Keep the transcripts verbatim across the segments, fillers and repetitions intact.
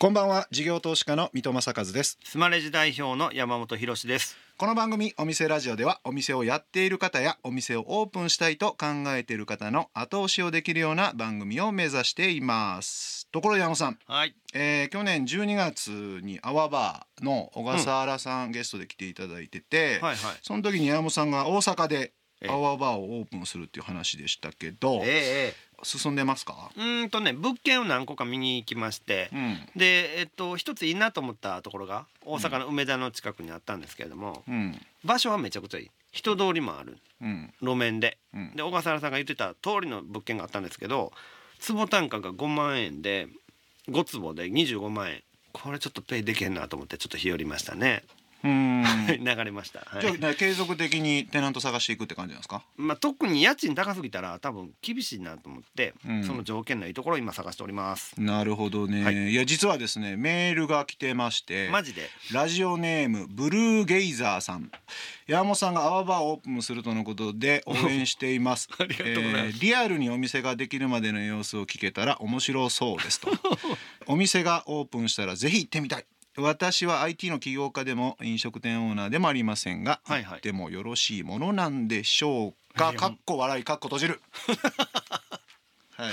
こんばんは、事業投資家の水戸正和です。 スマレジ代表の山本博です。 この番組お店ラジオでは、お店をやっている方やお店をオープンしたいと考えている方の後押しをできるような番組を目指しています。ところで山本さん、 はい、 えー、去年じゅうにがつにアワバーの小笠原さん、うん、ゲストで来ていただいてて、はいはい、その時に山本さんが大阪でアワバーをオープンするっていう話でしたけど、えー進んでますか？ うーんとね物件を何個か見に行きまして、うん、でえっと一ついいなと思ったところが大阪の梅田の近くにあったんですけれども、うん、場所はめちゃくちゃいい、人通りもある、うん、路面で、うん、で小笠原さんが言ってた通りの物件があったんですけど、坪単価がごまんえんでご坪でにじゅうごまんえん、これちょっとペイできへんなと思ってちょっと日和りましたね。うーん流れました、はい、 じゃあ、ね、継続的にテナント探していくって感じなんですか？ まあ、特に家賃高すぎたら多分厳しいなと思って、うん、その条件のいいところを今探しております。 なるほどね、はい、いや実はですねメールが来てまして、 マジでラジオネームブルーゲイザーさん、山本さんがアワバーをオープンするとのことで応援していますありがとうございます、えー、 リアルにお店ができるまでの様子を聞けたら面白そうですとお店がオープンしたらぜひ行ってみたい。私は アイティー の起業家でも飲食店オーナーでもありませんが、はいはい、でもよろしいものなんでしょうか、かっこ笑いかっこ閉じるはい、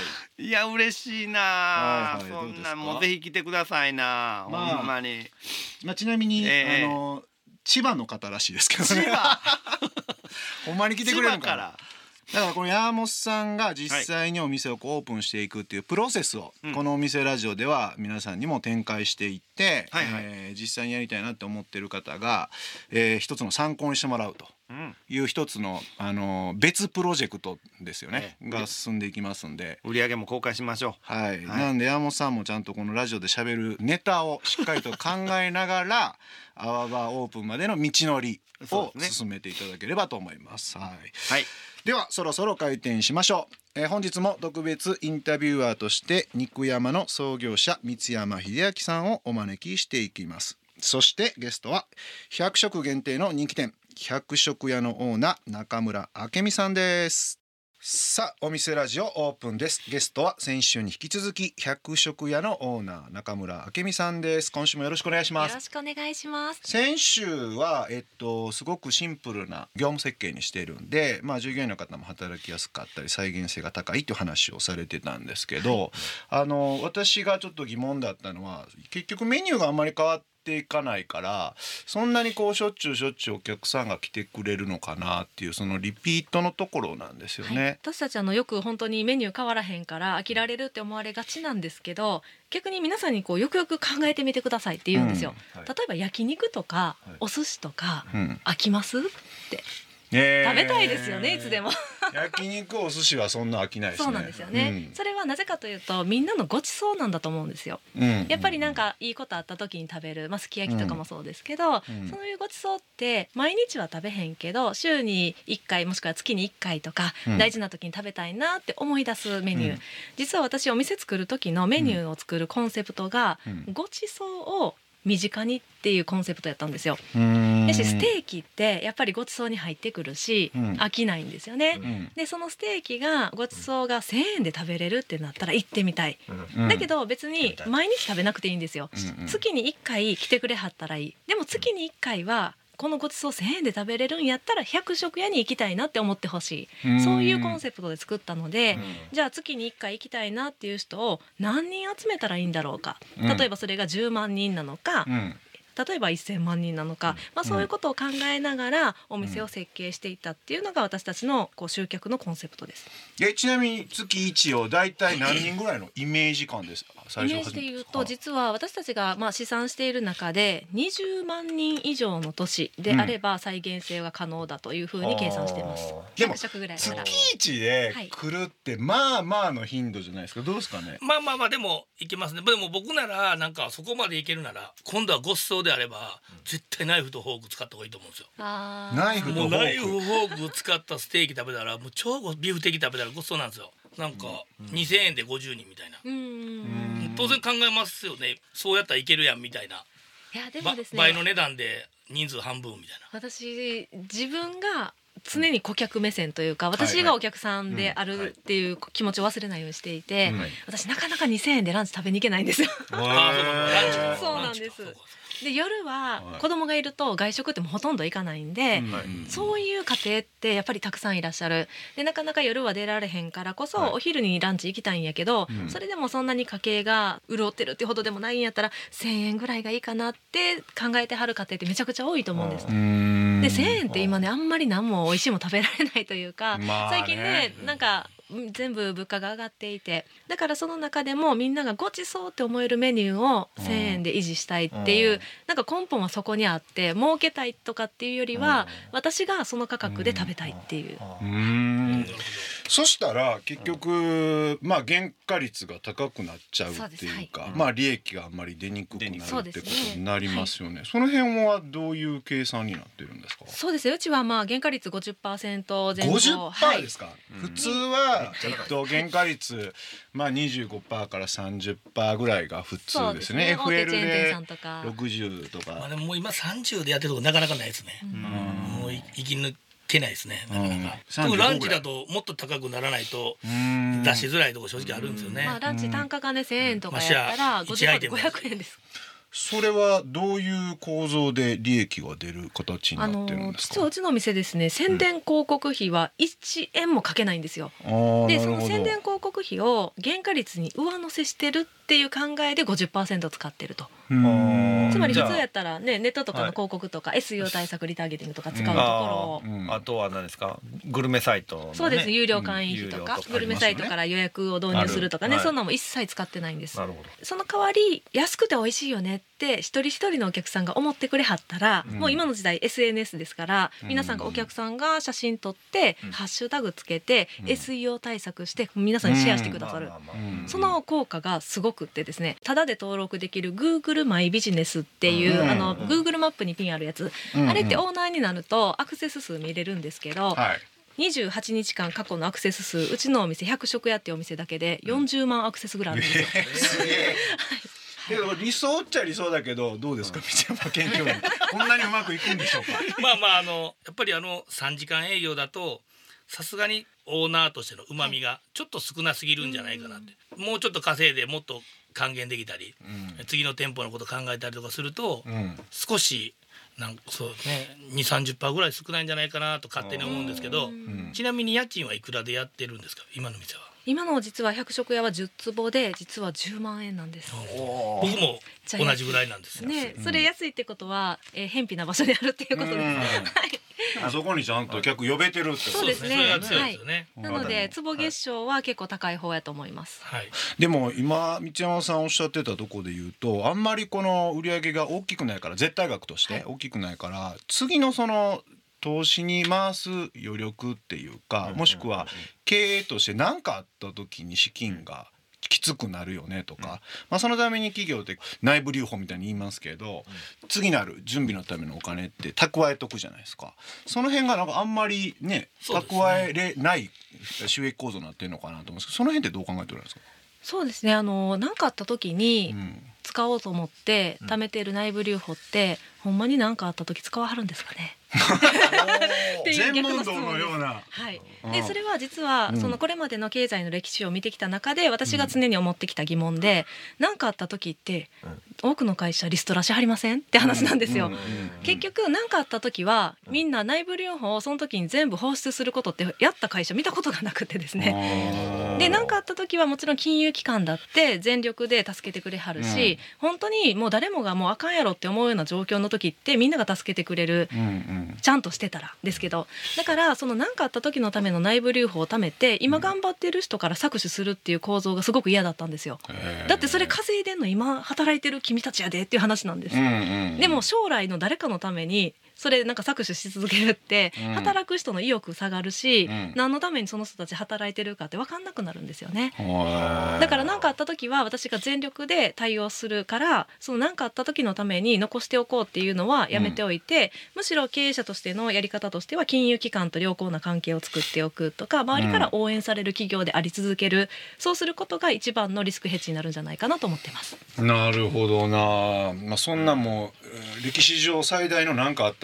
いや嬉しいな、はいはい、そんなもうぜひ来てくださいな、まあ、ほんまに、 まあ、ちなみに、えー、あの千葉の方らしいですけどね、千葉ほんまに来てくれるのかな。だからこの山本さんが実際にお店をこうオープンしていくっていうプロセスをこのお店ラジオでは皆さんにも展開していって、はいはい、えー、実際にやりたいなって思ってる方が、えー、一つの参考にしてもらうという一つの、あのー、別プロジェクトですよね、えー、が進んでいきますんで、 売り上げも公開しましょう、はいはい、なんで山本さんもちゃんとこのラジオで喋るネタをしっかりと考えながらアワバーオープンまでの道のりを進めていただければと思います。はい、はい、ではそろそろ開店しましょう。えー、本日も特別インタビュアーとして肉山の創業者三山秀明さんをお招きしていきます。そしてゲストはひゃく食限定の人気店ひゃく食屋のオーナー中村明美さんです。さあお店ラジオオープンです。ゲストは先週に引き続きひゃく食屋のオーナー中村明美さんです。今週もよろしくお願いします。 よろしくお願いします。 先週は、えっと、すごくシンプルな業務設計にしているんで、まあ、従業員の方も働きやすかったり再現性が高いという話をされてたんですけど、はい、あの私がちょっと疑問だったのは結局メニューがあんまり変わってていかないからそんなにこうしょっちゅうしょっちゅうお客さんが来てくれるのかなっていうそのリピートのところなんですよね、はい、 私たちあのよく本当にメニュー変わらへんから飽きられるって思われがちなんですけど、逆に皆さんにこうよくよく考えてみてくださいって言うんですよ、うんはい、例えば焼肉とかお寿司とか、はい、飽きますってえー、食べたいですよねいつでも焼肉お寿司はそんな飽きないですね。 そうなんですよね、うん、それはなぜかというとみんなのごちそうなんだと思うんですよ、うん、やっぱりなんかいいことあった時に食べる、まあ、すき焼きとかもそうですけど、うん、そういうごちそうって毎日は食べへんけど週にいっかいもしくは月にいっかいとか、うん、大事な時に食べたいなって思い出すメニュー、うん、実は私お店作る時のメニューを作るコンセプトが、うん、ごちそうを身近にっていうコンセプトやったんですよ。やしステーキってやっぱりごちそうに入ってくるし、うん、飽きないんですよね、うん、でそのステーキがごちそうがせんえんで食べれるってなったら行ってみたい、うん、だけど別に毎日食べなくていいんですよ、うん、月にいっかい来てくれはったらいい。でも月にいっかいはこのごちそうせんえんで食べれるんやったらひゃく食屋に行きたいなって思ってほしい、そういうコンセプトで作ったので、じゃあ月にいっかい行きたいなっていう人を何人集めたらいいんだろうか、例えばそれがじゅうまんにんなのか、うん例えばせんまんにんなのか、まあ、そういうことを考えながらお店を設計していったっていうのが私たちのこう集客のコンセプトです。 えちなみに月いちをだいたい何人ぐらいのイメージ感ですか？ 最初イメージでいうと実は私たちがまあ試算している中でにじゅうまんにん以上の都市であれば再現性が可能だというふうに計算してます、うん、 でも月いちで来るってまあまあの頻度じゃないですか。どうですかね？ まあまあまあでもいけますね。でも僕ならなんかそこまでいけるなら今度はごちそうであれば絶対ナイフとフォーク使った方がいいと思うんですよ。 あナイフとフォークナイフフォーク使ったステーキ食べたらもう超ビーフテーキ食べたらごちそうなんですよ。なんかにせんえんでごじゅうにんみたいな、うんうん当然考えますよね。そうやったらいけるやんみたいな。 いやでもですね、 倍の値段で人数半分みたいな。 私自分が常に顧客目線というか、私がお客さんであるっていう気持ちを忘れないようにしていて、私なかなかにせんえんでランチ食べに行けないんですよ。そうなんです。で夜は子供がいると外食ってもほとんど行かないんで、そういう家庭ってやっぱりたくさんいらっしゃる。でなかなか夜は出られへんからこそ、お昼にランチ行きたいんやけど、それでもそんなに家計が潤ってるってほどでもないんやったらせんえんぐらいがいいかなって考えてはる家庭ってめちゃくちゃ多いと思うんです。でせんえんって今ねあんまり何も美味しいも食べられないというか、最近ねなんか全部物価が上がっていて、だからその中でもみんながごちそうって思えるメニューをせんえんで維持したいっていう、なんか根本はそこにあって、儲けたいとかっていうよりは私がその価格で食べたいっていう。 うーん、そしたら結局まあ原価率が高くなっちゃうっていうか、まあ利益があんまり出にくくなるってことになりますよね。その辺はどういう計算になってるんですか？ そうですね、うちはまあ原価率 ごじゅっパーセント 前後。 ごじゅっパーセント ですか？普通はえっと原価率まあ にじゅうごパーセント から さんじゅっパーセント ぐらいが普通ですね。エフエル でろくじゅうとか。 まあでももう今さんじゅうでやってるとこなかなかないですね。もう生き抜けないですね。なかなか。でもランチだともっと高くならないと出しづらいところ正直あるんですよね。 まあランチ単価がねせんえんとかやったらごじゅっパーセントでごひゃくえんです。 それはどういう構造で利益が出る形になってるんですか？ 実はうちのお店ですね、宣伝広告費はいちえんもかけないんですよ。でその宣伝広告費を原価率に上乗せしてるっていう考えで ごじゅっパーセント 使ってると。つまり普通やったらね、ネットとかの広告とか エスイーオー 対策リターゲティングとか使うところを、 あとは何ですか、グルメサイトのね、 そうです、有料会員費とかグルメサイトから予約を導入するとかね、そんなのも一切使ってないんです。その代わり安くて美味しいよねって一人一人のお客さんが思ってくれはったら、もう今の時代 エスエヌエス ですから、皆さんがお客さんが写真撮ってハッシュタグつけて エスイーオー 対策して皆さんにシェアしてくださる。その効果がすごくってですね、ただで登録できる Google マイビジネスっていう、あの Google マップにピンあるやつ、あれってオーナーになるとアクセス数見れるんですけど、にじゅうはちにちかん過去のアクセス数、うちのお店ひゃく食屋っていうお店だけでよんじゅうまんアクセスぐらいあるんですよ。 でも理想っちゃ理想だけど、どうですか、道山研究員、こんなにうまくいくんでしょうか？ まあまああのやっぱりあのさんじかん営業だとさすがにオーナーとしてのうまみがちょっと少なすぎるんじゃないかなって、もうちょっと稼いでもっと還元できたり、うん、次の店舗のこと考えたりとかすると、うん、少しなんかそうね にじゅうさんじゅっパーセント ぐらい少ないんじゃないかなと勝手に思うんですけど、うん、ちなみに家賃はいくらでやってるんですか、今の店は？ 今の実は百食屋はじゅっつぼで実はじゅうまんえんなんです。 僕も同じぐらいなんですよね。それ安いってことは、えー、偏僻な場所であるっていうことです。はい。 あそこにちゃんと客呼べてるってことそうですね。はい。なので坪月商は結構高い方やと思います。 はい。 でも今道山さんおっしゃってたところで言うと、あんまりこの売り上げが大きくないから、絶対額として大きくないから、はい、次のその投資に回す余力っていうか、もしくは経営として何かあった時に資金がきつくなるよねとか、まあ、そのために企業って内部留保みたいに言いますけど、次なる準備のためのお金って蓄えとくじゃないですか。その辺がなんかあんまりね蓄えれない収益構造になってるのかなと思うんですけど、その辺ってどう考えてるんですか？ そうですね、あの何かあった時に使おうと思って貯めてる内部留保って、ほんまに何かあった時使わはるんですかね？ 全問答のような。 はい。でそれは実はそのこれまでの経済の歴史を見てきた中で私が常に思ってきた疑問で、何かあった時って多くの会社リストラしはりませんって話なんですよ。結局何かあった時はみんな内部留保をその時に全部放出することってやった会社見たことがなくてですね。で何かあった時はもちろん金融機関だって全力で助けてくれはるし、本当にもう誰もがもうあかんやろって思うような状況の時ってみんなが助けてくれる、ちゃんとしてたらですけど、だからその何かあった時のための内部留保を貯めて今頑張ってる人から搾取するっていう構造がすごく嫌だったんですよ。だってそれ稼いでんの今働いてる君たちやでっていう話なんです。でも将来の誰かのためにそれなんか搾取し続けるって、うん、働く人の意欲下がるし、うん、何のためにその人たち働いてるかって分かんなくなるんですよね。だから何かあった時は私が全力で対応するから、その何かあった時のために残しておこうっていうのはやめておいて、うん、むしろ経営者としてのやり方としては金融機関と良好な関係を作っておくとか、周りから応援される企業であり続ける、うん、そうすることが一番のリスクヘッジになるんじゃないかなと思ってます。 なるほどな、まあ、そんなもう歴史上最大の何かあった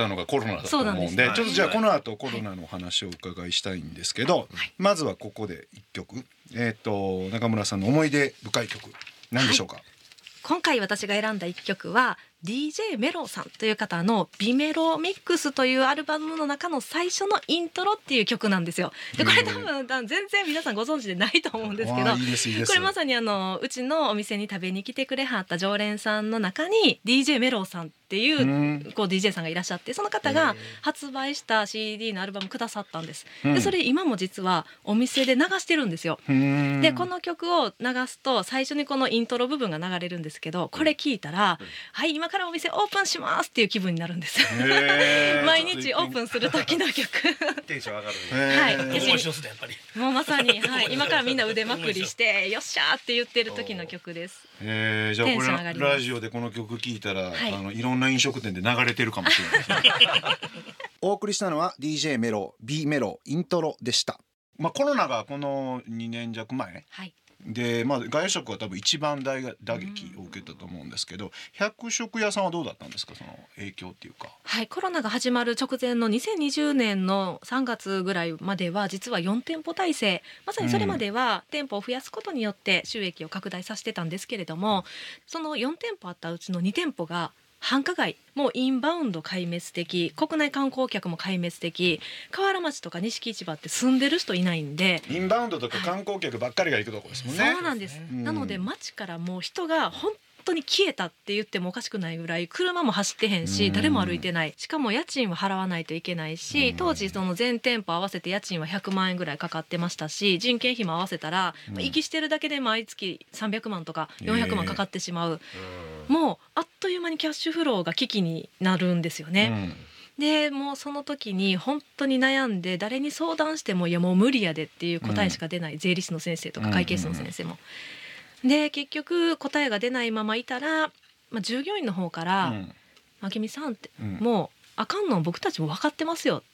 たのがコロナだと思うんで、ちょっとじゃあこの後コロナのお話をお伺いしたいんですけど、はい、まずはここでいっきょく、えっと中村さんの思い出深い曲何でしょうか？はい、 今回私が選んだいっきょくは ディージェー メロさんという方のビメロミックスというアルバムの中の最初のイントロっていう曲なんですよ。でこれ多分全然皆さんご存知でないと思うんですけど、 いいですいいです。 これまさにあのうちのお店に食べに来てくれはった常連さんの中に ディージェー メロさんっていうこう ディージェー さんがいらっしゃって、その方が発売した シーディー のアルバムくださったんです。でそれ今も実はお店で流してるんですよ。でこの曲を流すと最初にこのイントロ部分が流れるんですけど、これ聞いたら、はい今からお店オープンしますっていう気分になるんです。毎日オープンする時の曲。 テンション上がる。 はい。 面白そうだやっぱり。 もうまさに、はい、今からみんな腕まくりしてよっしゃーって言ってる時の曲です。 えー、じゃあこれラジオでこの曲聞いたら、はい、あのいろんな飲食店で流れてるかもしれないですね。お送りしたのは ディージェー メロ B メロイントロでした。まあコロナがこのにねん弱前。はい。でまあ、外食は多分一番大打撃を受けたと思うんですけど、百食屋さんはどうだったんですか、その影響っていうか。 はい、コロナが始まる直前のにせんにじゅうねんのさんがつぐらいまでは実はよんてんぽ体制、まさにそれまでは店舗を増やすことによって収益を拡大させてたんですけれども、そのよんてんぽあったうちのにてんぽが繁華街、もうインバウンド壊滅的、国内観光客も壊滅的、河原町とか錦市場って住んでる人いないんで、 インバウンドとか観光客ばっかりが行くとこですもんね。 そうなんです、うん、なので街からもう人が本当に消えたって言ってもおかしくないぐらい、車も走ってへんし誰も歩いてない、しかも家賃は払わないといけないし、当時その全店舗合わせて家賃はひゃくまんえんぐらいかかってましたし、人件費も合わせたら、まあ、息してるだけで毎月さんびゃくまんとかよんひゃくまんかかってしまう、もうあっという間にキャッシュフローが危機になるんですよね。うん、でもうその時に本当に悩んで、誰に相談してもいやもう無理やでっていう答えしか出ない、うん、税理士の先生とか会計士の先生も、で結局答えが出ないままいたら、まあ、従業員の方から「明美さん」って、うん、もうあかんの僕たちも分かってますよって、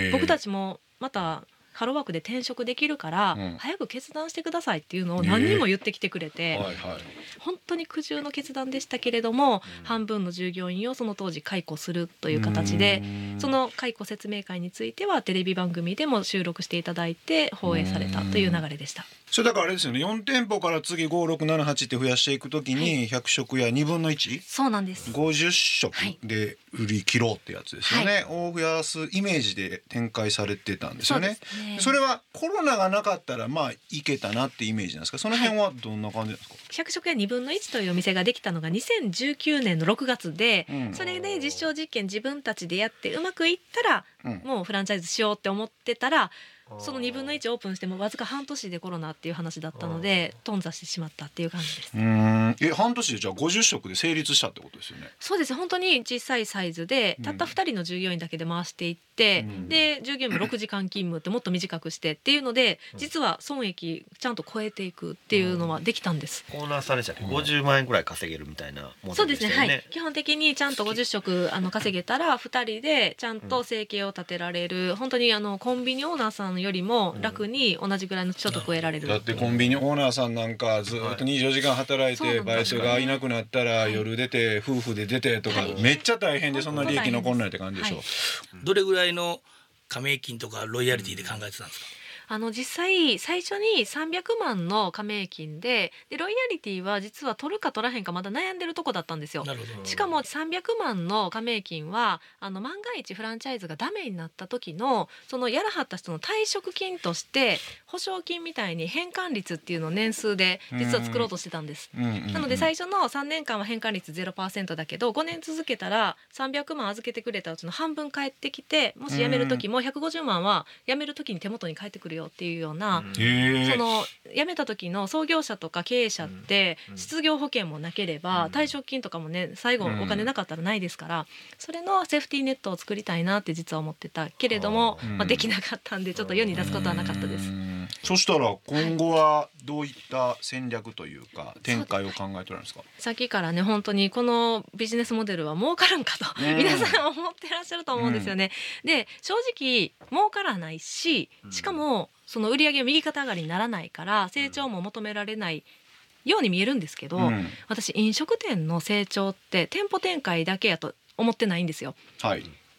僕たちもまたハローワークで転職できるから、うん、早く決断してくださいっていうのを何人も言ってきてくれて、えーはいはい、本当に苦渋の決断でしたけれども、うん、半分の従業員をその当時解雇するという形で、その解雇説明会についてはテレビ番組でも収録していただいて放映されたという流れでした。 それだからあれですよね、よんてんぽから次ご、ろく、なな、はちって増やしていくときにひゃく食やにぶんのいち、 そうなんです、 ごじゅっしょくで売り切ろうってやつですよね、はい、を増やすイメージで展開されてたんですよ ね, そ, ねそれはコロナがなかったらまあいけたなってイメージなんですか、その辺はどんな感じなんですか。 ひゃく食やにぶんのいちというお店ができたのがにせんじゅうきゅうねんのろくがつで、うん、それで実証実験自分たちでやってうまくいったら、うん、もうフランチャイズしようって思ってたら、そのにぶんのいちオープンしてもわずか半年でコロナっていう話だったので頓挫してしまったっていう感じです。 うーんえ半年でじゃあごじゅっしょくで成立したってことですよね。 そうです、本当に小さいサイズでたったふたりの従業員だけで回していって、うん、で従業員もろくじかん勤務ってもっと短くしてっていうので、実は損益ちゃんと超えていくっていうのはできたんです。 コーナーされちゃってごじゅうまんえんぐらい稼げるみたいなものでしたよね。 そうですね、はい、基本的にちゃんとごじゅっしょくあの稼げたらふたりでちゃんと生計を立てられる、うん、本当にあのコンビニオーナーさんよりも楽に同じぐらいの所得を得られる。 だってコンビニオーナーさんなんかずっとにじゅうよじかん働いて、バイトがいなくなったら夜出て夫婦で出てとか、はい、めっちゃ大変で、そんな利益残んないって感じでしょ、はい、 どれぐらいの加盟金とかロイヤリティで考えてたんですか。 あの実際最初にさんびゃくまんの加盟金 で, でロイヤリティは実は取るか取らへんかまだ悩んでるとこだったんですよ。しかもさんびゃくまんの加盟金はあの万が一フランチャイズがダメになった時のそのやらはった人の退職金として保証金みたいに返還率っていうのを年数で実は作ろうとしてたんです。なので最初のさんねんかんは返還率 ゼロパーセント だけどごねん続けたらさんびゃくまん預けてくれたうちの半分返ってきて、もし辞める時もひゃくごじゅうまんは辞める時に手元に返ってくるよっていうような、その辞めた時の創業者とか経営者って失業保険もなければ退職金とかもね最後お金なかったらないですから、それのセーフティーネットを作りたいなって実は思ってたけれども、まあ、できなかったんでちょっと世に出すことはなかったです。 そしたら今後はどういった戦略というか展開を考えてるんですか。 さっきからね本当にこのビジネスモデルは儲からんかと皆さん思ってらっしゃると思うんですよね。で正直儲からないし、しかもその売り上げが右肩上がりにならないから成長も求められないように見えるんですけど、うん、私飲食店の成長って店舗展開だけやと思ってないんですよ。はい、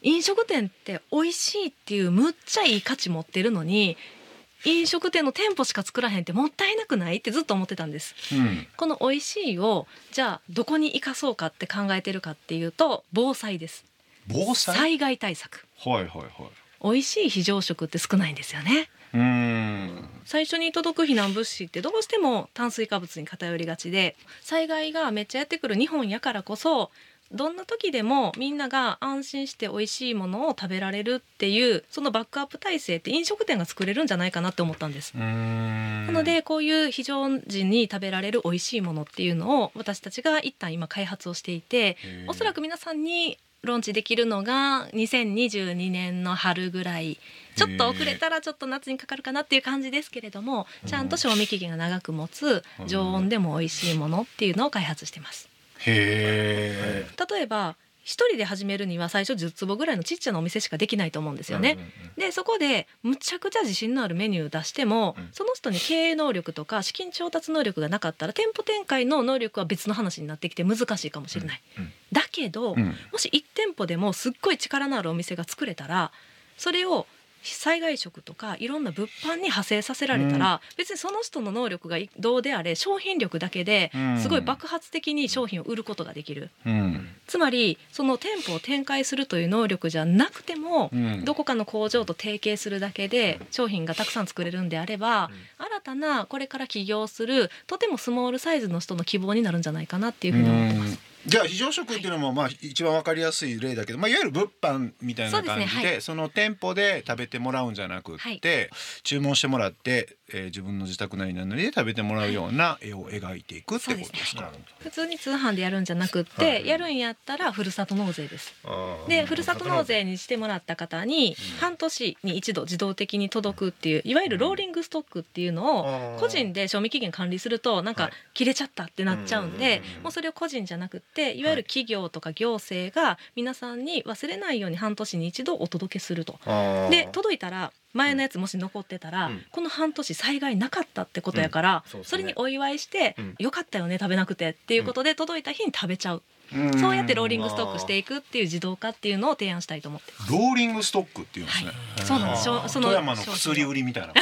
飲食店って美味しいっていうむっちゃいい価値持ってるのに飲食店の店舗しか作らへんってもったいなくないってずっと思ってたんです、うん、この美味しいをじゃあどこに生かそうかって考えてるかっていうと防災です。 防災？ 災害対策。 はいはいはい。 美味しい非常食って少ないんですよね。うーん、最初に届く避難物資ってどうしても炭水化物に偏りがちで、災害がめっちゃやってくる日本やからこそどんな時でもみんなが安心して美味しいものを食べられるっていうそのバックアップ体制って飲食店が作れるんじゃないかなって思ったんです。うーん、なのでこういう非常時に食べられる美味しいものっていうのを私たちが一旦今開発をしていて、おそらく皆さんにローンチできるのがにせんにじゅうにねんの春ぐらい、ちょっと遅れたらちょっと夏にかかるかなっていう感じですけれども、ちゃんと賞味期限が長く持つ常温でも美味しいものっていうのを開発してます。へー。例えば一人で始めるには最初じゅっ坪ぐらいのちっちゃなお店しかできないと思うんですよね、うんうんうん、でそこでむちゃくちゃ自信のあるメニュー出しても、うん、その人に経営能力とか資金調達能力がなかったら店舗展開の能力は別の話になってきて難しいかもしれない、うんうん、だけど、うん、もしいち店舗でもすっごい力のあるお店が作れたらそれを災害食とかいろんな物販に派生させられたら、うん、別にその人の能力がどうであれ商品力だけですごい爆発的に商品を売ることができる、うん、つまりその店舗を展開するという能力じゃなくても、うん、どこかの工場と提携するだけで商品がたくさん作れるんであれば、うん、新たなこれから起業するとてもスモールサイズの人の希望になるんじゃないかなっていうふうに思ってます。 じゃあ非常食っていうのもまあ一番わかりやすい例だけど、まあ、いわゆる物販みたいな感じ で, そ, で、ねはい、その店舗で食べてもらうんじゃなくって、はい、注文してもらって、えー、自分の自宅なりなりで食べてもらうような絵を描いていくってことですか。 そうですね、普通に通販でやるんじゃなくって、はい、やるんやったらふるさと納税です。でふるさと納税にしてもらった方に半年に一度自動的に届くっていういわゆるローリングストックっていうのを個人で賞味期限管理するとなんか切れちゃったってなっちゃうんで、もうそれを個人じゃなくっていわゆる企業とか行政が皆さんに忘れないように半年に一度お届けすると。で届いたら前のやつもし残ってたら、うん、この半年災害なかったってことやから、うん そ, ね、それにお祝いして、うん、よかったよね食べなくてっていうことで届いた日に食べちゃう、うん、そうやってローリングストックしていくっていう自動化っていうのを提案したいと思ってます。 ローリングストックっていうんですね、 はい、そうなんです。その富山の薬売りみたいな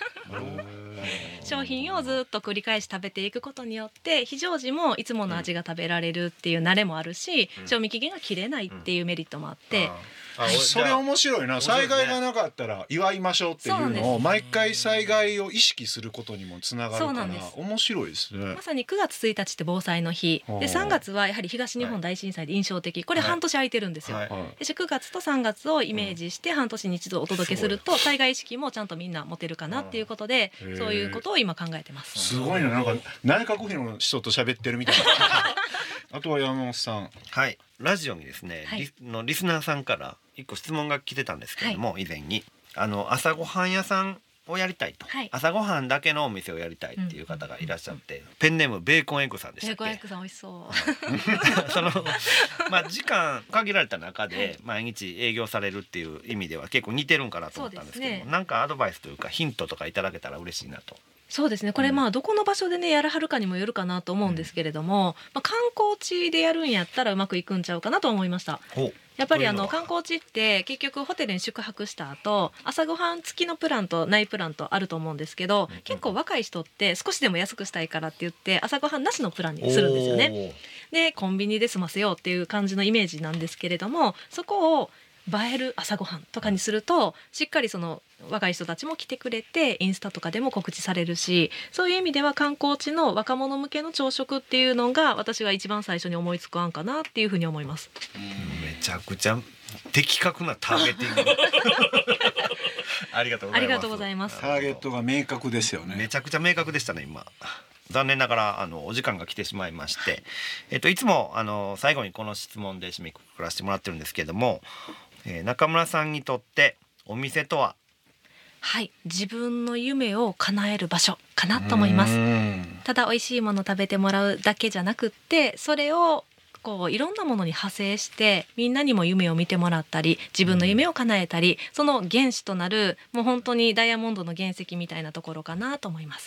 商品をずっと繰り返し食べていくことによって非常時もいつもの味が食べられるっていう慣れもあるし、うん、賞味期限が切れないっていうメリットもあって、うんあそれ面白いな。災害がなかったら祝いましょうっていうのを毎回災害を意識することにもつながるから面白いですね。 まさにくがつついたちって防災の日で、さんがつはやはり東日本大震災で印象的、これ半年空いてるんですよ、はいはい、でくがつとさんがつをイメージして半年に一度お届けすると災害意識もちゃんとみんな持てるかなっていうことで、そういうことを今考えてます。 すごいな、なんか内閣府の人と喋ってるみたいなあとは山本さん、 はい、ラジオにですね、はい、リ, のリスナーさんから一個質問が来てたんですけれども、はい、以前にあの朝ごはん屋さんをやりたいと、はい、朝ごはんだけのお店をやりたいっていう方がいらっしゃって、うん、ペンネームベーコンエッグさんでしたっけ。 ベーコンエッグさん美味しそうその、まあ、時間限られた中で毎日営業されるっていう意味では結構似てるんかなと思ったんですけども、ね、なんかアドバイスというかヒントとかいただけたら嬉しいなと。 そうですね、これまあどこの場所でねやらはるかにもよるかなと思うんですけれども、まあ、観光地でやるんやったらうまくいくんちゃうかなと思いました。やっぱりあの観光地って結局ホテルに宿泊した後朝ごはん付きのプランとないプランとあると思うんですけど、結構若い人って少しでも安くしたいからって言って朝ごはんなしのプランにするんですよね。でコンビニで済ませようっていう感じのイメージなんですけれども、そこを映える朝ごはんとかにするとしっかりその若い人たちも来てくれてインスタとかでも告知されるし、そういう意味では観光地の若者向けの朝食っていうのが私が一番最初に思いつく案かなっていうふうに思います。 めちゃくちゃ的確なターゲティングありがとうございます。 ありがとうございます。 ターゲットが明確ですよね。 めちゃくちゃ明確でしたね今。残念ながらあのお時間が来てしまいまして、えっと、いつもあの最後にこの質問で締めくくらせてもらってるんですけれども、えー、中村さんにとってお店とは。 はい、自分の夢を叶える場所かなと思います。ただ美味しいもの食べてもらうだけじゃなくって、それをこういろんなものに派生してみんなにも夢を見てもらったり自分の夢を叶えたり、その原子となるもう本当にダイヤモンドの原石みたいなところかなと思います。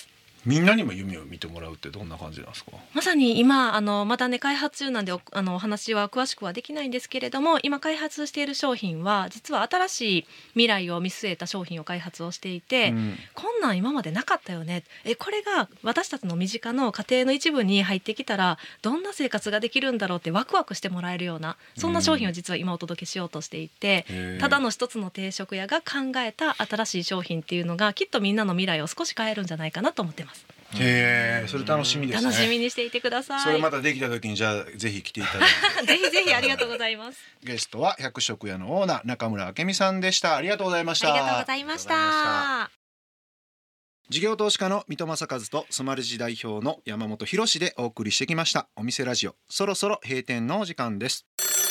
みんなにも夢を見てもらうってどんな感じなんですか？ まさに今あのまだね開発中なんでおあのお話は詳しくはできないんですけれども、今開発している商品は実は新しい未来を見据えた商品を開発をしていて、うん、こんなん今までなかったよね、えこれが私たちの身近の家庭の一部に入ってきたらどんな生活ができるんだろうってワクワクしてもらえるような、そんな商品を実は今お届けしようとしていて、うん、ただの一つの定食屋が考えた新しい商品っていうのがきっとみんなの未来を少し変えるんじゃないかなと思ってます。 へえ、それ楽しみですね。 楽しみにしていてください。 それまたできた時にじゃあぜひ来ていただいてぜひぜひありがとうございます。 ゲストは百食屋のオーナー中村明美さんでした。ありがとうございました。 ありがとうございました。 事業投資家の三戸正和とスマルジ代表の山本博でお送りしてきましたお店ラジオ、そろそろ閉店のお時間です。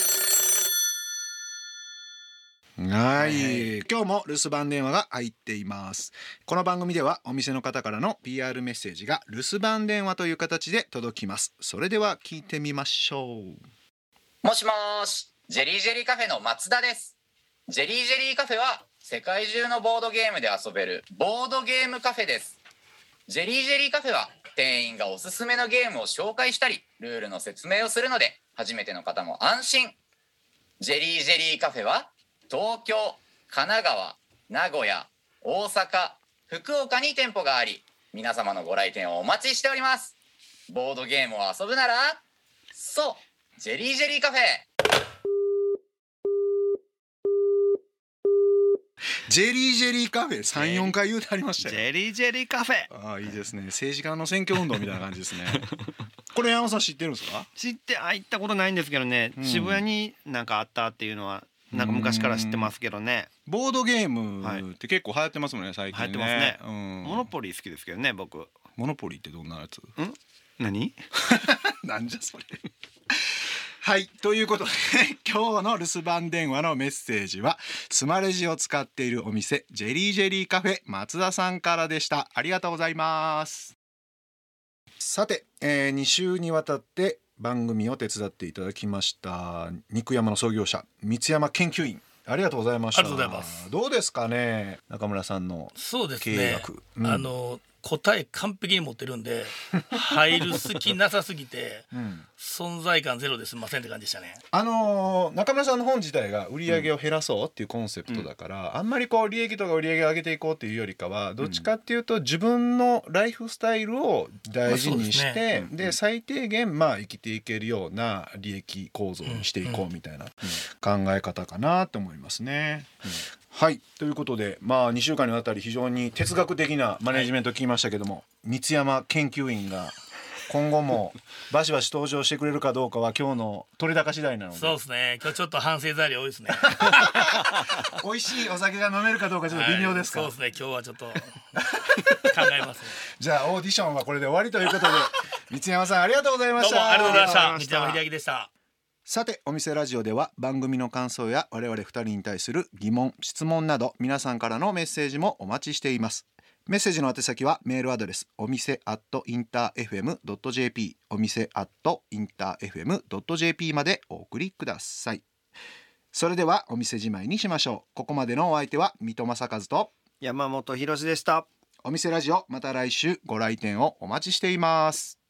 はい、今日も留守番電話が入っています。この番組ではお店の方からの ピーアール メッセージが留守番電話という形で届きます。それでは聞いてみましょう。 もしもし、ジェリージェリーカフェの松田です。ジェリージェリーカフェは世界中のボードゲームで遊べるボードゲームカフェです。ジェリージェリーカフェは店員がおすすめのゲームを紹介したりルールの説明をするので初めての方も安心。ジェリージェリーカフェは東京、神奈川、名古屋、大阪、福岡に店舗があり、皆様のご来店をお待ちしております。ボードゲームを遊ぶなら、そう、ジェリージェリーカフェ。 ジェリージェリーカフェ さん,よん 回言うてありましたよ。 ジェリージェリーカフェ。 ああ、いいですね。政治家の選挙運動みたいな感じですね。これ山本さん知ってるんですか？ 知ってあ行ったことないんですけどね、うん、渋谷になんかあったっていうのはなんか昔から知ってますけどね。 ボードゲームって結構流行ってますもんね、最近ね。 流行ってますね、うん、モノポリー好きですけどね僕。 モノポリーってどんなやつ？ ん何なんじゃそれ。はい、ということで今日の留守番電話のメッセージはスマレジを使っているお店ジェリージェリーカフェ松田さんからでした。ありがとうございます。さて、えー、に週にわたって番組を手伝っていただきました肉山の創業者三山研究員、ありがとうございました。 ありがとうございます。 どうですかね、中村さんの経営学。 そうですね、うん、あの答え完璧に持ってるんで入る隙なさすぎて、うん、存在感ゼロですいませんって感じでしたね。 あのー、中村さんの本自体が売り上げを減らそうっていうコンセプトだから、うん、あんまりこう利益とか売り上げを上げていこうっていうよりかはどっちかっていうと自分のライフスタイルを大事にして、まあでね、で最低限まあ生きていけるような利益構造にしていこうみたいな考え方かなと思いますね、うんうん。はい、ということで、まあ、にしゅうかんにわたり非常に哲学的なマネジメントを聞きましたけども、はい、三山研究員が今後もバシバシ登場してくれるかどうかは今日の取れ高次第なので。 そうですね、今日ちょっと反省材料多いですね。 美味しいお酒が飲めるかどうかちょっと微妙ですか、 はい、そうですね、今日はちょっと考えますね。 じゃあオーディションはこれで終わりということで三山さんありがとうございました。 どうもありがとうございました。三山秀明でした。 さてお店ラジオでは番組の感想や我々ふたりに対する疑問質問など皆さんからのメッセージもお待ちしています。メッセージの宛先はメールアドレスお店アットインターエフエムドットジェーピー お店アットインターエフエムドットジェーピー までお送りください。それではお店じまいにしましょう。ここまでのお相手は三戸正和と山本博でした。 お店ラジオ、また来週ご来店をお待ちしています。